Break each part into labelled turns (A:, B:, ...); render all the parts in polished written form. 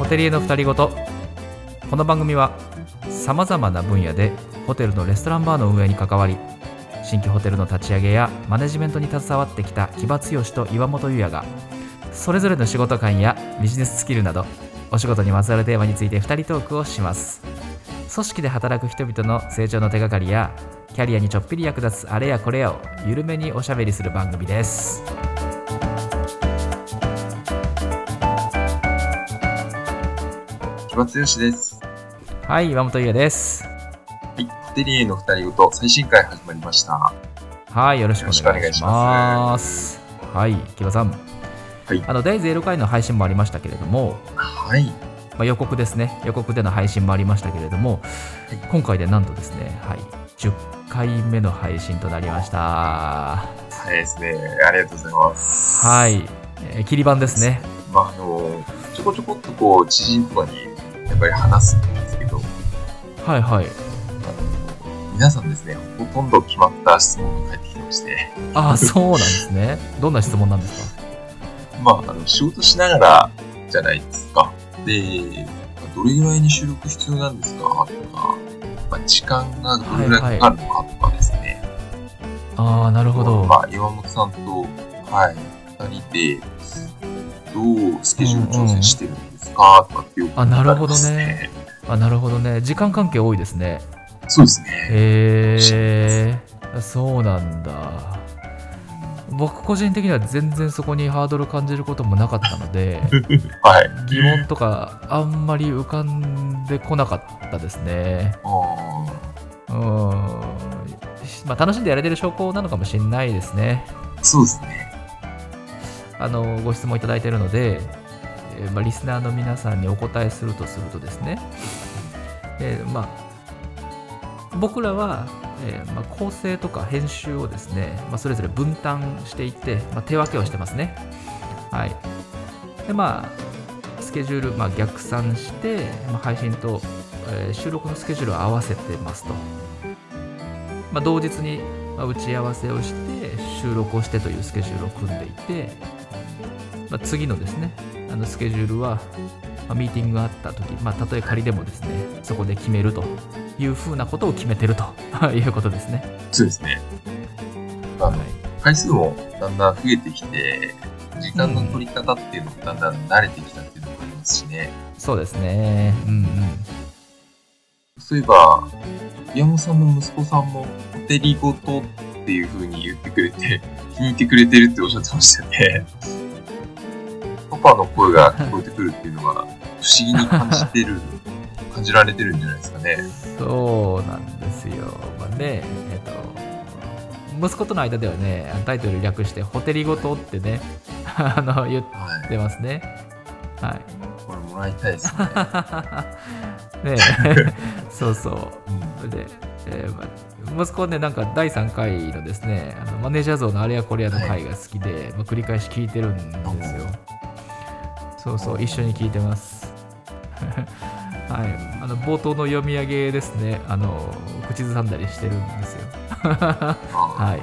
A: テリエの二人ごと。この番組はさまざまな分野でホテルのレストランバーの運営に関わり、新規ホテルの立ち上げやマネジメントに携わってきた木場剛と岩本裕也が、それぞれの仕事観やビジネススキルなどお仕事にまつわるテーマについて2人トークをします。組織で働く人々の成長の手がかりやキャリアにちょっぴり役立つあれやこれやを緩めにおしゃべりする番組です。
B: 木場剛です。
A: はい、岩本裕也です。
B: はい、ホテリエの二人ごと最新回始まりました。
A: はい、よろしくお願いします。はい、木場さん、はい、第0回の配信もありましたけれども、
B: はい、
A: 予告ですね。予告での配信もありましたけれども、はい、今回でなんとですね、はい、10回目の配信となりました。
B: はいですね。ありがとうございます。
A: はい、切り番ですね。
B: ちょこちょこっとこう知人とかにやっぱり話すんですけど、
A: はいはい。
B: 皆さんですね、ほとんど決まった質問が返ってきてまして。
A: ああ、そうなんですね。どんな質問なんですか？
B: 仕事しながらじゃないですか。で、どれぐらいに収録必要なんですかとか、時間がどれぐらいかかるのかとかですね。
A: ああ、なるほど。
B: 岩本さんと、はい、2人でどうスケジュール調整してるんですかとかっていうことになりますね。
A: なるほどね。時間関係多いですね。
B: そうですね。
A: そうなんだ。僕個人的には全然そこにハードル感じることもなかったので、
B: はい、
A: 疑問とかあんまり浮かんでこなかったですね。楽しんでやれてる証拠なのかもしれないですね。
B: そうですね。
A: ご質問いただいているので、リスナーの皆さんにお答えするとですね、僕らは構成とか編集をですね、それぞれ分担していて、手分けをしてますね。はい。でスケジュール、逆算して、配信と、収録のスケジュールを合わせてますと。同日に打ち合わせをして収録をしてというスケジュールを組んでいて、次のですねスケジュールは、ミーティングがあった時、たとえ仮でもですねそこで決めるというふうなことを決めてるということですね。
B: そうですね。回数もだんだん増えてきて、時間の取り方っていうのもだんだん慣れてきたっていうのもありますしね。
A: そうですね。
B: そういえば岩本さんの息子さんもホテリごとっていうふうに言ってくれて気に入ってくれてるっておっしゃってましたよね。パパの声が聞こえてくるっていうのが不思議に感じられてるんじゃないですかね。
A: そうなんですよ。息子との間ではね、タイトル略してホテリごとってね言ってますね。はい。
B: これもらいたいですね。
A: そうそう。で、息子はね、なんか第3回のですね、マネージャー像のあれやこれやの回が好きで、繰り返し聞いてるんですよ。そうそう、一緒に聞いてます。はい、冒頭の読み上げですね、口ずさんだりしてるんですよ。はい。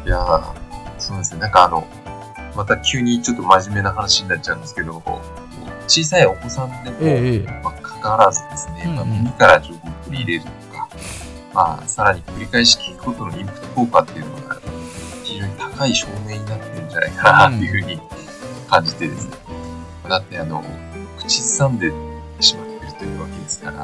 B: いやそうですね。また急にちょっと真面目な話になっちゃうんですけど、小さいお子さんでも、関わらずですね、耳から情報を取り入れるとか、さらに繰り返し聞くことのインプット効果っていうのが非常に高い証明になってるんじゃないかなというふうに感じてですね。だって口ずさんでしまってるというわけですから。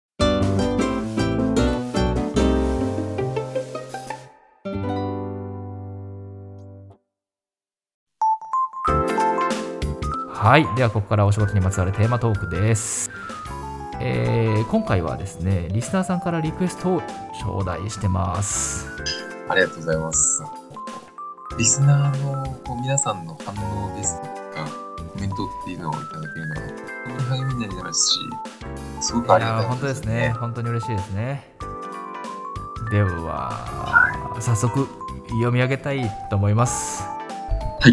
A: はい、ではここからお仕事にまつわるテーマトークです。今回はですね、リスナーさんからリクエストを頂戴してます。
B: ありがとうございます。リスナーの皆さんの反応ですとかコメントっていうのをいただけるのは本当に励みになりますし、すごくありがたいですね。
A: 本当ですね。本当に嬉しいですね。では、早速読み上げたいと思います。
B: はい。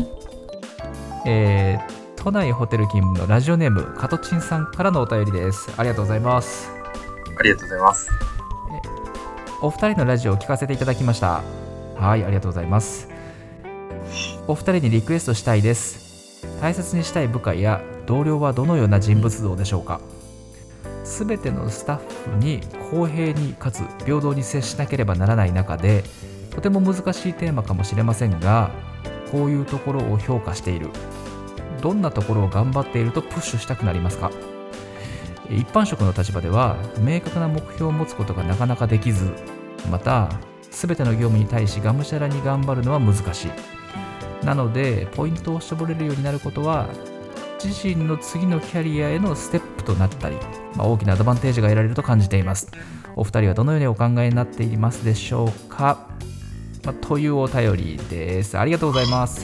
A: 都内ホテル勤務のラジオネームカトチンさんからのお便りです。ありがとうございます。
B: ありがとうございます。
A: お二人のラジオを聞かせていただきました。はい、ありがとうございます。お二人にリクエストしたいです。大切にしたい部下や同僚はどのような人物像でしょうか。すべてのスタッフに公平にかつ平等に接しなければならない中で、とても難しいテーマかもしれませんが、こういうところを評価している。どんなところを頑張っているとプッシュしたくなりますか。一般職の立場では明確な目標を持つことがなかなかできず、また全ての業務に対しがむしゃらに頑張るのは難しい。なのでポイントを絞れるようになることは自身の次のキャリアへのステップとなったり、大きなアドバンテージが得られると感じています。お二人はどのようにお考えになっていますでしょうか。というお便りです。ありがとうございます。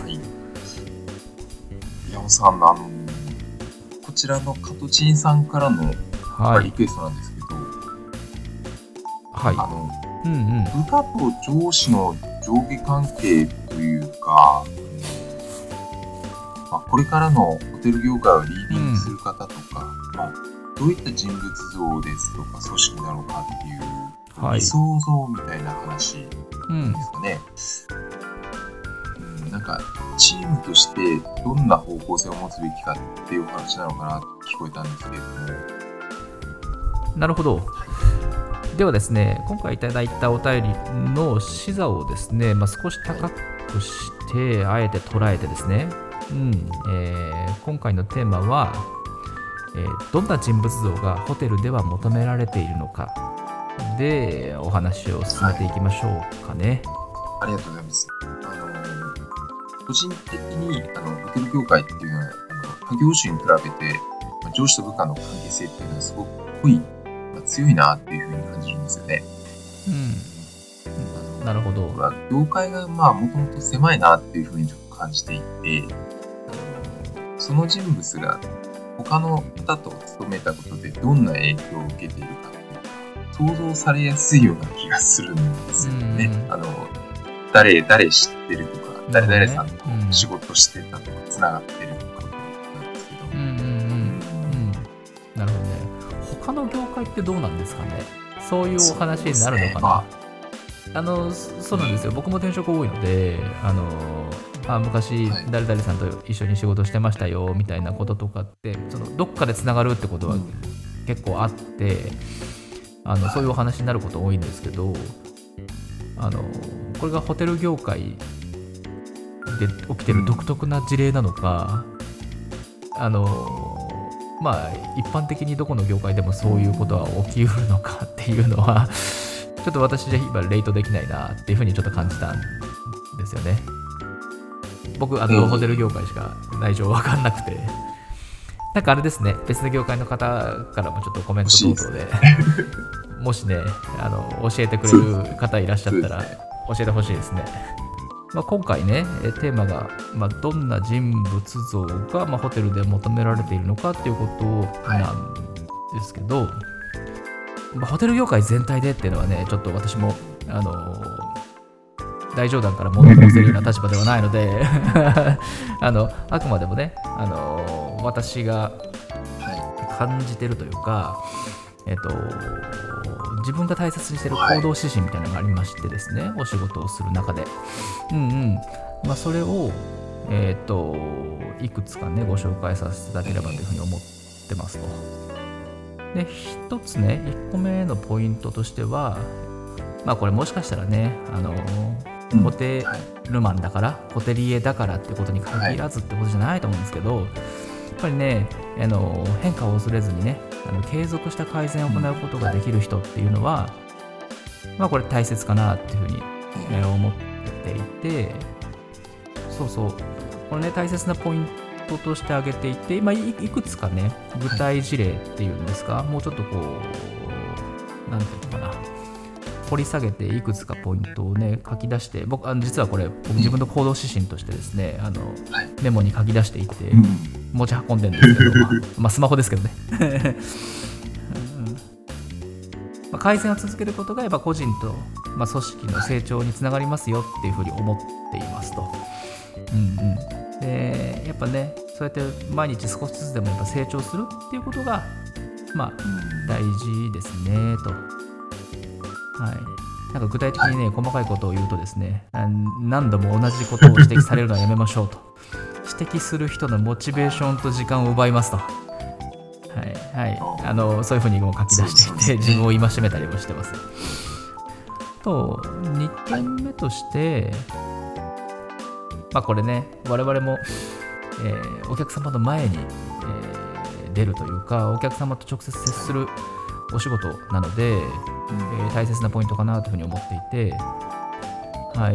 B: 山本さん、こちらのカトチンさんからのリクエストなんですけど、
A: はい、
B: 部下と上司の上下関係というか、これからのホテル業界をリーディングする方とか、どういった人物像ですとか組織なのかっていう、理想像みたいな話ですかね。なんかチームとしてどんな方向性を持つべきかっていう話なのかなって聞こえたんですけれども。
A: なるほど。ではですね、今回いただいたお便りの視座をですね、少し高くしてあえて捉えてですね、今回のテーマは、どんな人物像がホテルでは求められているのかでお話を進めていきましょうかね。
B: ありがとうございます。個人的にホテル業界っていうのは他業種に比べて上司と部下の関係性っていうのはすごく濃い、強いなっていうふうに感じるんですよね。
A: なるほど。
B: 業界がもともと狭いなっていうふうにちょっと感じていて、その人物が他の方と勤めたことでどんな影響を受けているかっていうか想像されやすいような気がするんですよね。誰知ってるとか、誰々さんと仕事してたとか、つながってるとかなんですけど。
A: なるほどね。他の業界ってどうなんですかね。そういうお話になるのかな。そうなんですよ。僕も転職多いので、昔誰々さんと一緒に仕事してましたよみたいなこととかって、どっかでつながるってことは結構あって、そういうお話になること多いんですけど、これがホテル業界で起きてる独特な事例なのか、一般的にどこの業界でもそういうことは起きうるのかっていうのはちょっと私じゃ今レートできないなっていうふうにちょっと感じたんですよね。僕ホテル業界しか内情分かんなくて、なんかあれですね、別の業界の方からもちょっとコメント等々でもしね教えてくれる方いらっしゃったら教えてほしいですね。今回ねテーマが、どんな人物像が、ホテルで求められているのかっていうことなんですけど、ホテル業界全体でっていうのはねちょっと私も大冗談から物申せるような立場ではないのであくまでもね私が感じてるというか、自分が大切にしている行動指針みたいなのがありましてですね、お仕事をする中で、それを、いくつかねご紹介させていただければというふうに思ってますと。で、一つね、1個目のポイントとしては、これもしかしたらね、ホテルマンだから、ホテリエだからってことに限らずってことじゃないと思うんですけど、やっぱりね、変化を恐れずにね、継続した改善を行うことができる人っていうのは、これ大切かなっていうふうに、思っていて、これね、大切なポイントとして挙げていて、今いくつかね、具体事例っていうんですか、もうちょっとこう、なんていうのかな、掘り下げていくつかポイントをね書き出して、僕実はこれ自分の行動指針としてですねメモに書き出していって持ち運んでるんですけど、スマホですけどね改善を続けることがやっぱ個人と、組織の成長につながりますよっていうふうに思っていますと。でやっぱねそうやって毎日少しずつでもやっぱ成長するっていうことが大事ですねと。なんか具体的にね、細かいことを言うとですね、何度も同じことを指摘されるのはやめましょうと。 摘する人のモチベーションと時間を奪いますと、はいはい、そういうふうにも書き出していて、自分を戒めたりもしてます。と2点目として、これね、我々も、お客様の前に、出るというか、お客様と直接接するお仕事なので、大切なポイントかなというふうに思っていて、はい、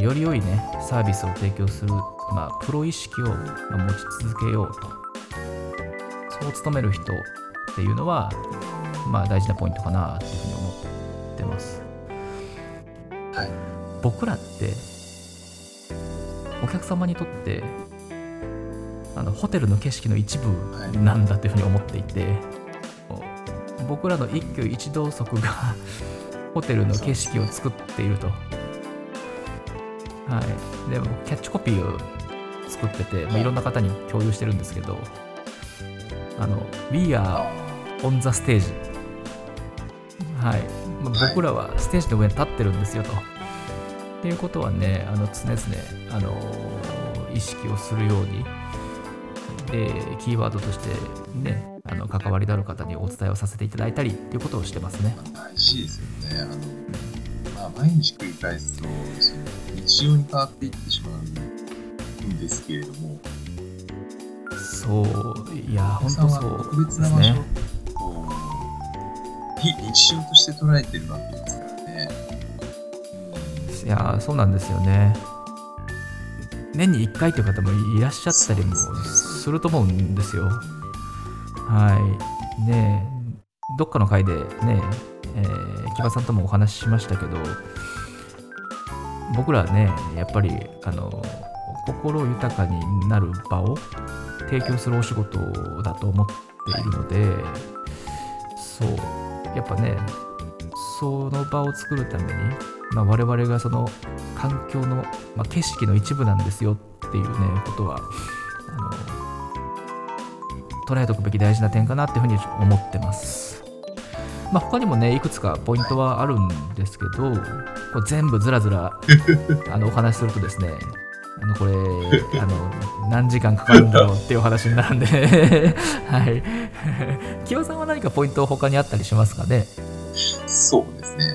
A: より良いねサービスを提供する、プロ意識を持ち続けようと、そう努める人っていうのは、大事なポイントかなというふうに思ってます。はい、僕らってお客様にとってホテルの景色の一部なんだというふうに思っていて、僕らの一挙一動足がホテルの景色を作っていると。はい、でもキャッチコピーを作ってて、いろんな方に共有してるんですけど、We are on the stage、はい、僕らはステージの上に立ってるんですよと。っていうことはね、常々、意識をするように、でキーワードとしてね、関わりのある方にお伝えをさせていただいたりっていうことをしてますね。
B: 大事ですよね。毎日繰り返すと日常に変わっていってしまうんですけれども、
A: そう、いや本当そう
B: 特別な場所を非日常として捉えてるわけですからね。
A: いやそうなんですよね。年に1回という方もいらっしゃったりもすると思うんですよ。はいね、どっかの回でね、木場さんともお話ししましたけど、僕らはねやっぱり心豊かになる場を提供するお仕事だと思っているので、そうやっぱね、その場を作るために、我々がその環境の、景色の一部なんですよっていうねことは捉えておくべき大事な点かなっていうふうに思ってます。他にもねいくつかポイントはあるんですけど、これ全部ずらずらお話しするとですね、これ何時間かかるんだろうっていう話になるんではい木場さんは何かポイント他にあったりしますかね？
B: そうですね、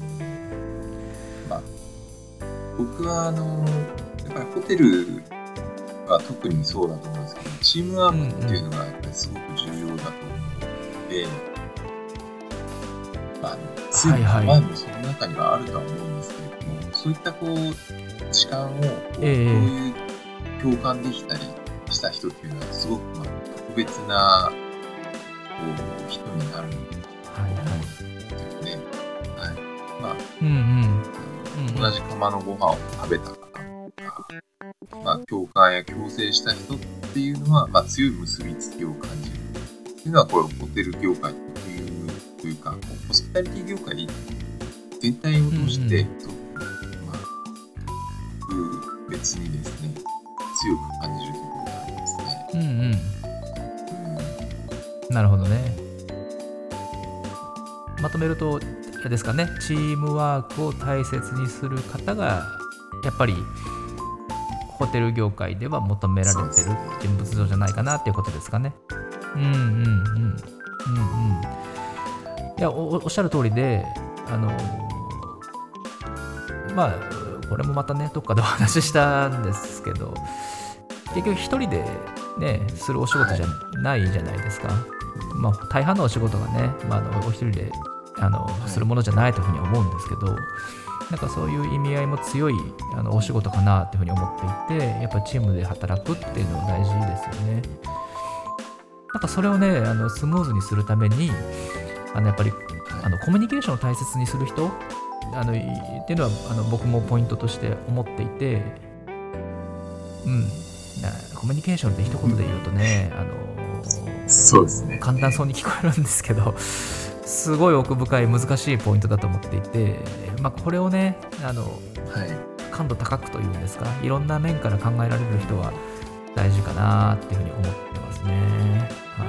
B: 僕はやっぱりホテルは特にそうだと思うんですけど、チームワークっていうのがやっぱりすごく重要だと思うので、強い前もその中にはあるとは思うんですけれども、そういった時間を共有、共感できたりした人っていうのはすごく特別な人になるんですよね。同じ釜のご飯を食べた方とか、共感や共生した人っていうのは、強い結びつきを感じるっていうのは、これホテル業界特有というか、ホスピタリティ業界全体を通して、別にですね、強く感じるところがありますね。
A: なるほどね。まとめるとあれですかね、チームワークを大切にする方がやっぱりホテル業界では求められてる人物像じゃないかなっていうことですかね。いや おっしゃる通りで、これもまたねどっかでお話ししたんですけど、結局一人でねするお仕事じゃないじゃないですか。大半のお仕事がね、お一人でするものじゃないというふうに思うんですけど、なんかそういう意味合いも強いお仕事かなというふうに思っていて、やっぱりチームで働くっていうのは大事ですよね。なんかそれをねスムーズにするためにやっぱりコミュニケーションを大切にする人っていうのは僕もポイントとして思っていて、コミュニケーションって一言で言うとね、
B: そうですね、
A: 簡単そうに聞こえるんですけど、すごい奥深い難しいポイントだと思っていて、これをね感度高くというんですか、いろんな面から考えられる人は大事かなっていうふうに思ってますね。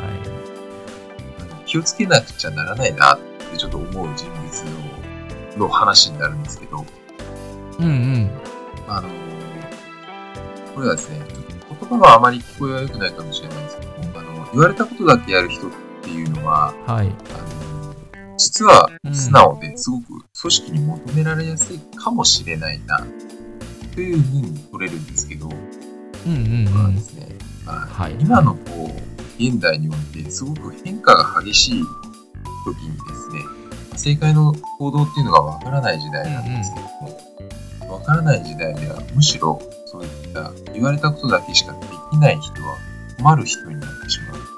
B: 気をつけなくちゃならないなってちょっと思う人物の話になるんですけど、これはですね、 言葉はあまり聞こえは良くないかもしれないですけど、言われたことだけやる人っていうのは、
A: はい、
B: 実は素直ですごく組織に求められやすいかもしれないなというふうに取れるんですけど、ですね、はい、今の現代においてすごく変化が激しい時にですね、正解の行動っていうのがわからない時代なんですけども、わからない時代ではむしろそういった言われたことだけしかできない人は困る人になってしまうので、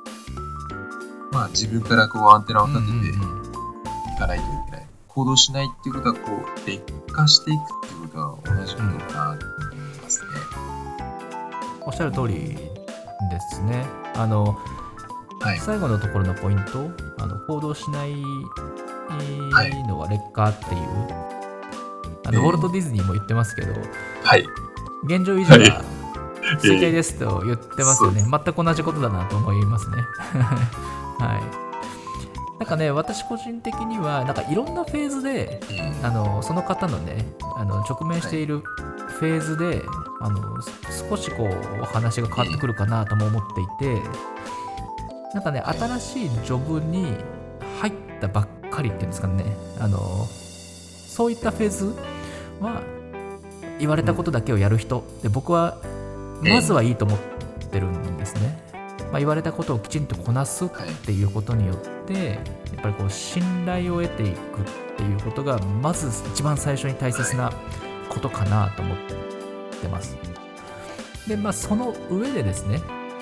B: 自分からアンテナを立てていかないといけない。行動しないっていうことは劣化していくっていうことは同じことかなと思いますね。
A: おっしゃる通りですね。はい、最後のところのポイント、行動しないのは劣化っていう、ウォルト・ディズニーも言ってますけど、
B: はい、
A: 現状維持が正解ですと言ってますよね。全く同じことだなと思いますね。はい。なんかね、私個人的には、なんかいろんなフェーズで、その方のね、直面しているフェーズで、少しお話が変わってくるかなとも思っていて、なんかね、新しいジョブに入ったばっかりっていうんですかね、そういったフェーズは言われたことだけをやる人で、僕はまずはいいと思ってるんですね。言われたことをきちんとこなすっていうことによってやっぱり信頼を得ていくっていうことがまず一番最初に大切なことかなと思ってます。で、その上でですね、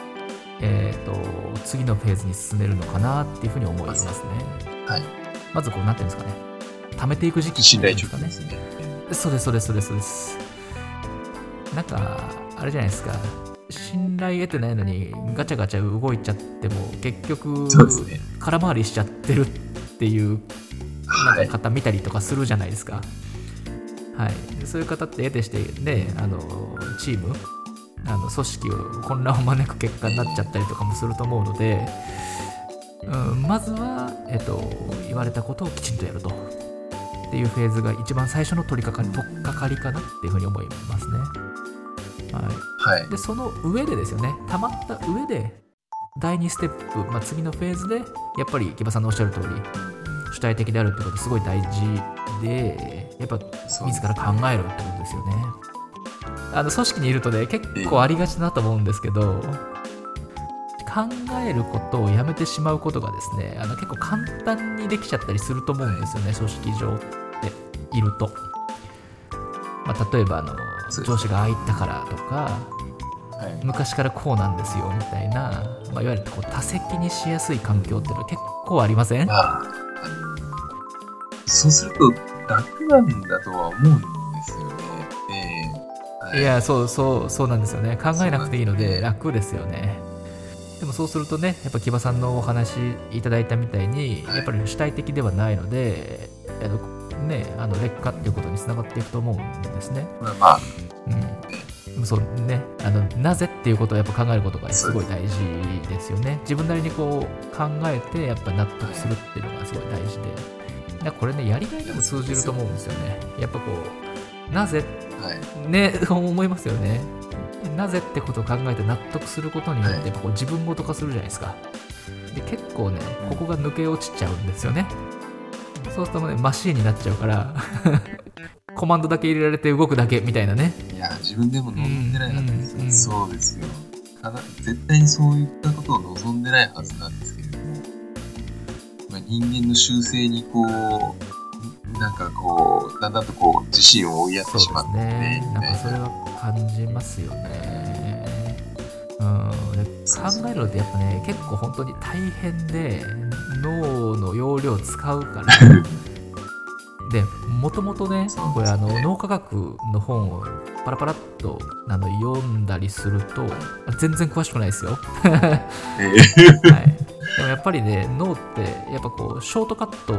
A: 次のフェーズに進めるのかなっていうふうに思いますね。
B: はい、
A: まずなんていうんですかね、貯めていく時期っていうんですかね。そうです。なんかあれじゃないですか。信頼得てないのにガチャガチャ動いちゃっても結局空回りしちゃってるっていうなんか方見たりとかするじゃないですか。はい、そういう方って得てしてね、チーム組織を混乱を招く結果になっちゃったりとかもすると思うので、まずは、言われたことをきちんとやるとっていうフェーズが一番最初の取っかかりかなっていうふうに思いますね。はい、でその上でですよね、溜まった上で第2ステップ、次のフェーズでやっぱり木場さんのおっしゃる通り主体的であるってことすごい大事で、やっぱ自ら考えるってことですよね。組織にいるとね、結構ありがちだなと思うんですけど、考えることをやめてしまうことがですね、結構簡単にできちゃったりすると思うんですよね、組織上でいると。例えば上司がああ言ったからとか、昔からこうなんですよみたいな、いわゆる多責にしやすい環境っていうのは結構ありません？
B: そうすると楽なんだとは思うんですよね。
A: いや、そうなんですよね。考えなくていいので楽ですよね。でもそうするとね、やっぱ木場さんのお話いただいたみたいに、やっぱり主体的ではないので、劣化っていうことにつながっていくと思うんですね。そうね、なぜっていうことをやっぱ考えることがすごい大事ですよね。自分なりに考えてやっぱ納得するっていうのがすごい大事で、これね、やりがいでも通じると思うんですよね。やっぱなぜ、ね、思いますよね。なぜってことを考えて納得することによってやっぱ自分ごと化するじゃないですか。で結構ね、ここが抜け落ちちゃうんですよね。そうするとね、マシーンになっちゃうからコマンドだけ入れられて動くだけみたいなね。
B: いや、自分でも望んでないはずですよ。そうですよ。絶対にそういったことを望んでないはずなんですけれども、人間の習性にだんだんと自信を追いやってしまって、
A: なんかそれは感じますよね。考えるのってやっぱね、結構本当に大変で脳の容量使うからで、もともとね、これ脳科学の本をパラパラっと読んだりすると全然詳しくないですよ。はい、でもやっぱりね、脳ってやっぱショートカット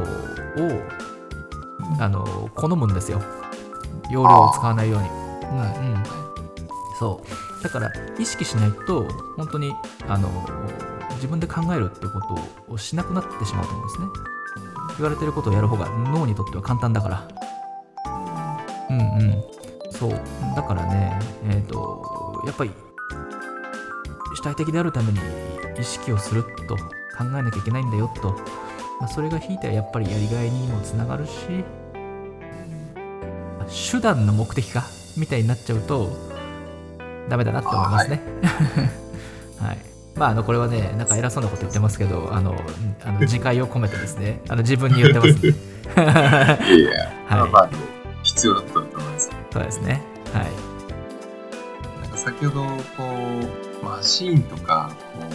A: を好むんですよ。容量を使わないように。そうだから意識しないと本当に自分で考えるってことをしなくなってしまうと思うんですね。言われてることをやる方が脳にとっては簡単だから。そうだからね、やっぱり主体的であるために意識をすると考えなきゃいけないんだよと、それがひいてはやっぱりやりがいにもつながるし、手段の目的かみたいになっちゃうとダメだなと思いますね。はい、これはね、なんか偉そうなこと言ってますけど、自戒を込めてですね、自分に言ってますんで。
B: いや、はい、必要だったと思います。
A: そうですね。はい。
B: なんか先ほどマシーンとか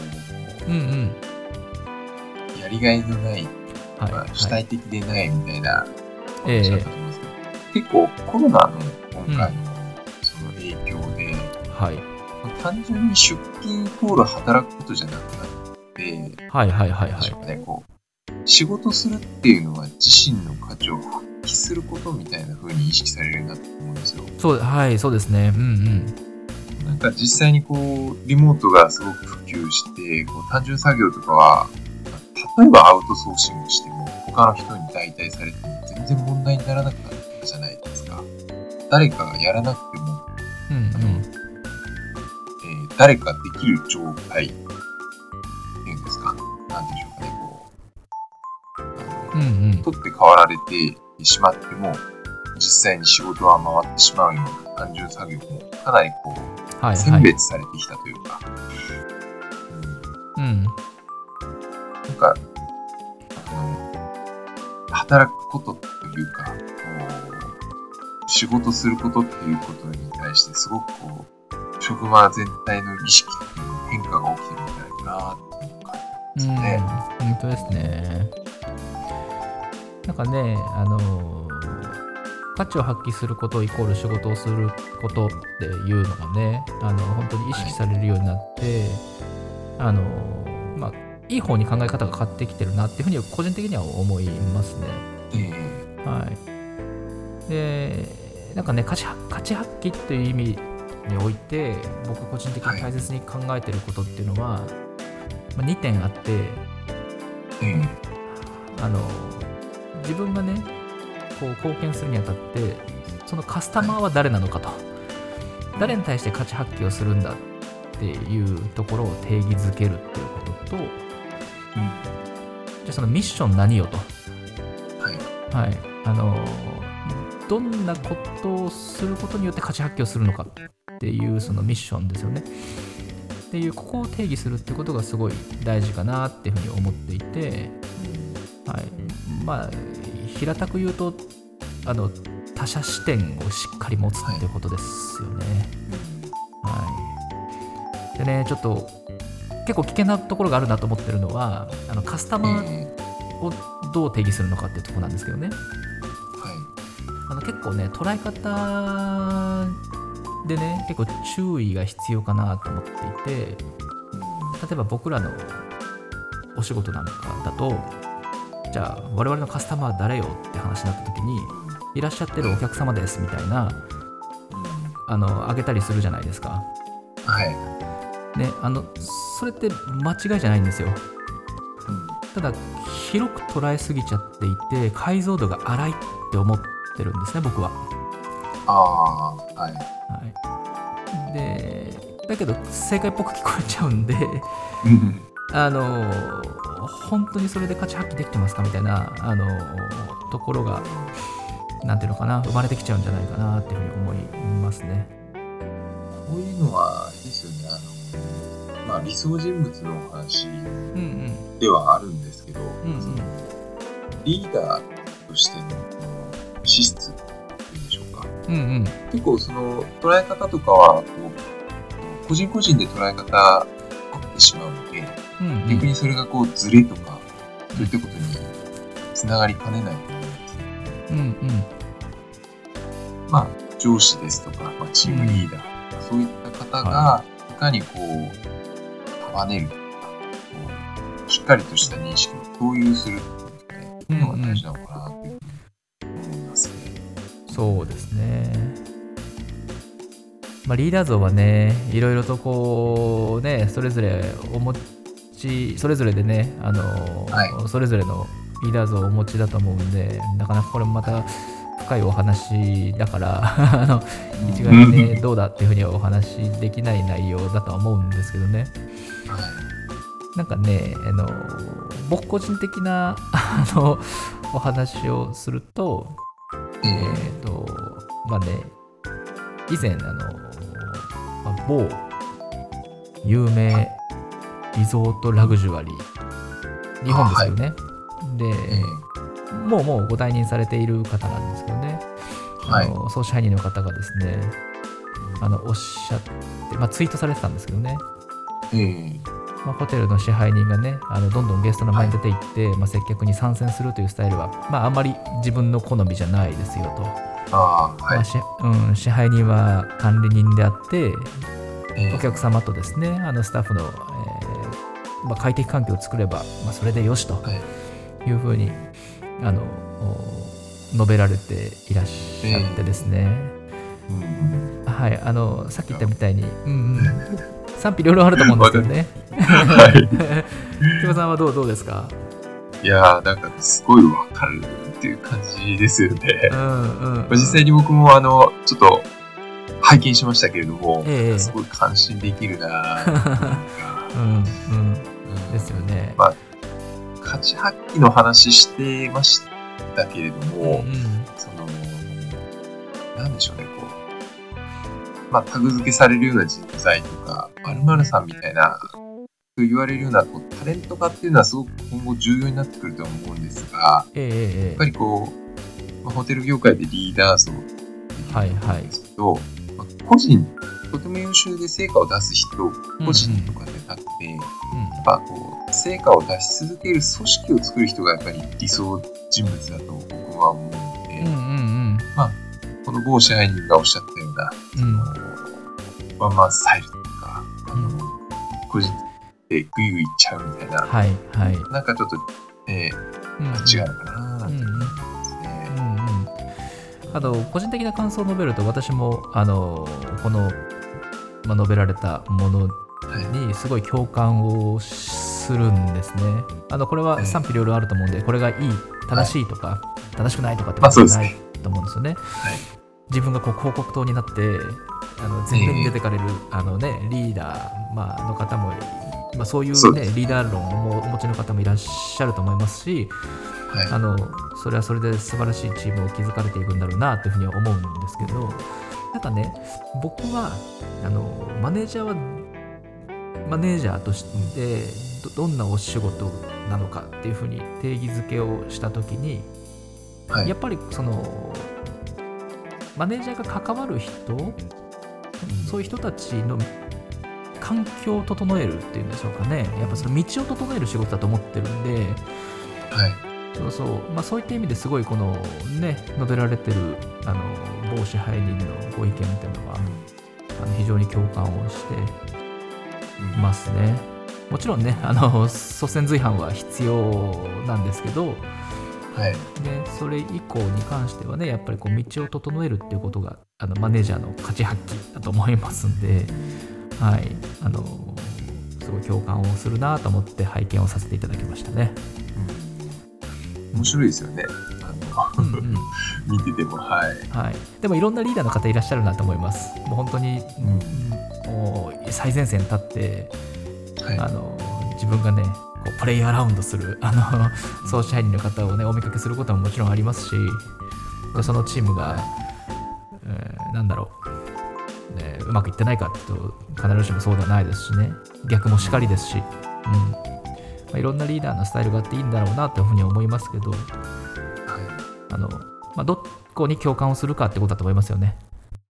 B: やりがいのない、主体的でないみたいな話だったと思うんですけど、結構コロナの今回のその影響で、単純に出勤イコール働くことじゃなくなって、仕事するっていうのは自身の価値を発揮することみたいな風に意識されるようになったと思うんですよ。
A: そうですね。
B: なんか実際にリモートがすごく普及して、単純作業とかは、例えばアウトソーシングしても他の人に代替されても全然問題にならなくなったじゃないですか。誰かがやらなくても、誰かできる状態っていうんですか、なんでしょうかね、取って代わられてしまっても実際に仕事は回ってしまうような単純作業もかなり選別されてきたというか、なんか働くことというか仕事することっていうことに対してすごく職場全体の意識っていう変化が起きてるんじゃないかなっていう感じですね。
A: 本当ですね。なんかね、価値を発揮することイコール仕事をすることっていうのがね、本当に意識されるようになって、いい方に考え方が変わってきてるなっていうふうに個人的には思いますね。で、なんかね、価値発揮っていう意味において僕個人的に大切に考えていることっていうのは、2点あって、自分がね貢献するにあたってそのカスタマーは誰なのかと、誰に対して価値発揮をするんだっていうところを定義づけるっていうことと、じゃあそのミッション何よと、どんなことをすることによって価値発揮をするのかっていうそのミッションですよねっていう、ここを定義するってことがすごい大事かなっていうふうに思っていて、平たく言うと他者視点をしっかり持つっていうことですよね。でね、ちょっと結構危険なところがあるなと思ってるのはカスタマーをどう定義するのかっていうところなんですけどね、結構ね捉え方でね結構注意が必要かなと思っていて、例えば僕らのお仕事なんかだと、じゃあ我々のカスタマーは誰よって話になった時に、いらっしゃってるお客様ですみたいなあげたりするじゃないですか。ね、それって間違いじゃないんですよ。ただ広く捉えすぎちゃっていて解像度が荒いって思ってるんですね、僕は。でだけど正解っぽく聞こえちゃうんで本当にそれで価値発揮できてますかみたいなところがなんていうのかな、生まれてきちゃうんじゃないかなっていうふうに思いますね。
B: こういうのはですよね、理想人物のお話ではあるんですけど、そのリーダーとしての資質っていうんでしょうか、結構その捉え方とかは個人個人で捉え方あってしまうので、逆にそれがズレとかそういったことにつながりかねないと思うんですね。上司ですとか、チームリーダー、そういった方がいかに束ねるとか、しっかりとした認識を共有するっていうのが大事なのかなというふうに思いますね。
A: そうですね。リーダー像はね、いろいろとそれぞれそれぞれでね、それぞれのリーダー像をお持ちだと思うんで、なかなかこれもまた深いお話だから一概にねどうだっていうふうにはお話できない内容だとは思うんですけどね。なんかね僕個人的なお話をするとまあね以前某有名リゾートラグジュアリー日本ですよね。でもうご退任されている方なんですけどね、総支配人の方がですねおっしゃって、ツイートされてたんですけどね、ホテルの支配人がねどんどんゲストの前に出ていって、接客に参戦するというスタイルは、あんまり自分の好みじゃないですよと。支配人は管理人であって、お客様とですねスタッフの、快適環境を作れば、それでよしというふうに述べられていらっしゃってですね、さっき言ったみたいに、賛否両論あると思うんですけどね。木場さんはどうですか？
B: いやなんかすごいわかるっていう感じですよね。実際に僕もちょっと拝見しましたけれども、すごい感心できるな
A: ですよね。
B: 価値発揮の話してましたけれども、なんでしょうね、タグ付けされるような人材とか、〇〇さんみたいな、と言われるようなタレント化っていうのはすごく今後重要になってくると思うんですが、やっぱりホテル業界でリーダー層ですけど、個人、とても優秀で成果を出す人、個人とかでなくて、やっぱ成果を出し続ける組織を作る人がやっぱり理想人物だと僕は思うので、この某支配人がおっしゃったような、ワンマンスタイルとか、個人でグイグイいっちゃうみたいな、なんかちょっと、違うのかななんて思いますね。
A: 個人的な感想を述べると、私もこの、述べられたものにすごい共感をするんですね。これは賛否両論あると思うんで、これがいい、正しいとか、正しくないとかってことはないと思うんですよね。自分が広告塔になって前面に出てかれるリーダー、の方も、そういう、リーダー論をお持ちの方もいらっしゃると思いますし、それはそれで素晴らしいチームを築かれていくんだろうなというふうには思うんですけど、なんかね、僕はマネージャーはマネージャーとしてどんなお仕事なのかっていうふうに定義づけをしたときに、やっぱりマネージャーが関わる人、そういう人たちの環境を整えるっていうんでしょうかね。やっぱその道を整える仕事だと思ってるんで、そういった意味ですごい述べられてる某支配人のご意見っていうのは非常に共感をしてますね。もちろんね率先随伴は必要なんですけど、それ以降に関してはね、やっぱり道を整えるっていうことがマネージャーの価値発揮だと思いますんで、すごい共感をするなと思って拝見をさせていただきましたね。
B: 面白いですよね。見てても、
A: でもいろんなリーダーの方いらっしゃるなと思います。もう本当に、もう最前線に立って、自分がねプレイヤーラウンドする総支配人の方をねお見かけすることももちろんありますし、そのチームが、うまくいってないかっていうと必ずしもそうではないですしね、逆もしかりですし、いろんなリーダーのスタイルがあっていいんだろうなというふうに思いますけど、どこに共感をするかってことだと思いますよね。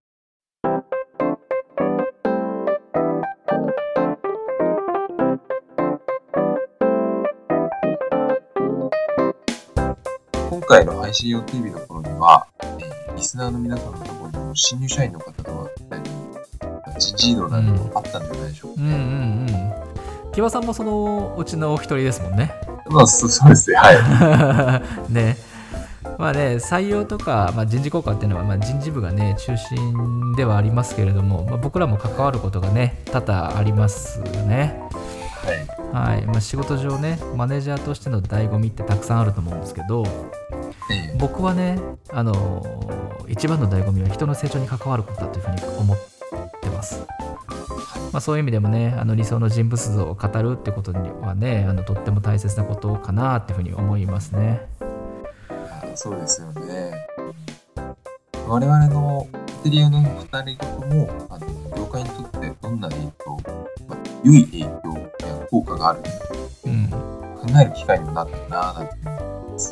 B: 今回の配信予定日の頃には、リスナーの皆さんのところにも新入社員の方とかったり、人事異動などもあったんじゃないでしょうか。
A: 木場さんもそのうちのお一人ですもんね。
B: そうですね。
A: ね。採用とか、人事効果っていうのは、人事部がね中心ではありますけれども、僕らも関わることがね多々ありますよね。仕事上ねマネージャーとしての醍醐味ってたくさんあると思うんですけど、 僕はね、一番の醍醐味は人の成長に関わることだというふうに思ってます。そういう意味でもね、理想の人物像を語るってことにはね、とっても大切なことかなっていうふうに思いますね。
B: そうですよね。我々のアテリエの2人とも業界にとってどんな影響、良い影響や効果があるのか、考える機会にもなったなぁなんて思います。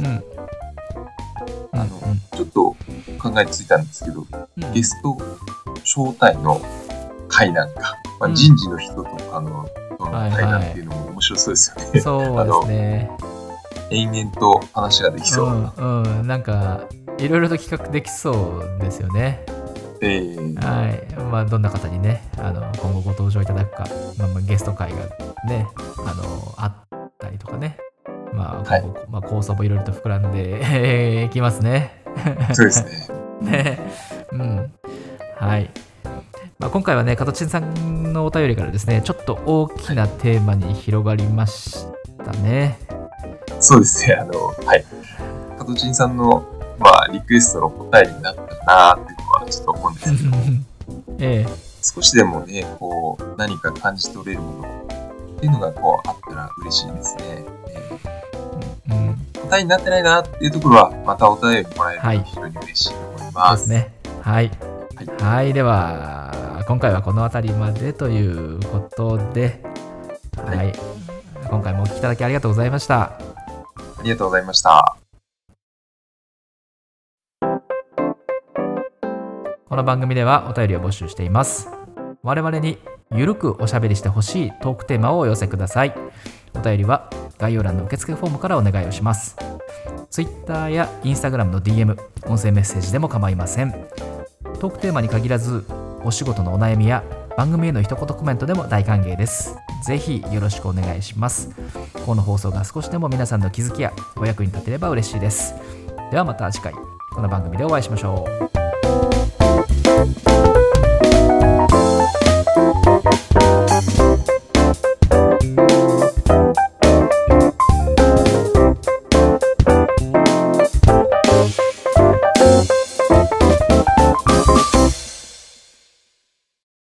B: ちょっと考えついたんですけど、ゲスト招待の会なんか、人事の人とかの会なんていうのも面白そうですよね。
A: そうですね。
B: 延々と話ができそう。
A: なんかいろいろと企画できそうですよね。どんな方にね、今後ご登場いただくか、ゲスト会がね、あったりとかね、今後構想もいろいろと膨らんでいきますね。
B: そうですね。
A: はい。今回はね、加藤ちんさんのお便りからですね、ちょっと大きなテーマに広がりましたね。
B: そうですね。加藤ちんさんのリクエストの答えになったかなっていうのはちょっと思うんですけど、少しでもね、何か感じ取れるものっていうのがあったら嬉しいですね。答えになってないなっていうところはまたお便りもらえると非常に嬉しいと思います。
A: ですね。はい、では今回はこの辺りまでということで、今回もお聞きいただきありがとうございました。
B: ありがとうございました。
A: この番組ではお便りを募集しています。我々にゆるくおしゃべりしてほしいトークテーマをお寄せください。お便りは概要欄の受付フォームからお願いをします。Twitter や Instagram の DM、音声メッセージでも構いません。トークテーマに限らず、お仕事のお悩みや番組への一言コメントでも大歓迎です。ぜひよろしくお願いします。この放送が少しでも皆さんの気づきやお役に立てれば嬉しいです。ではまた次回、この番組でお会いしましょう。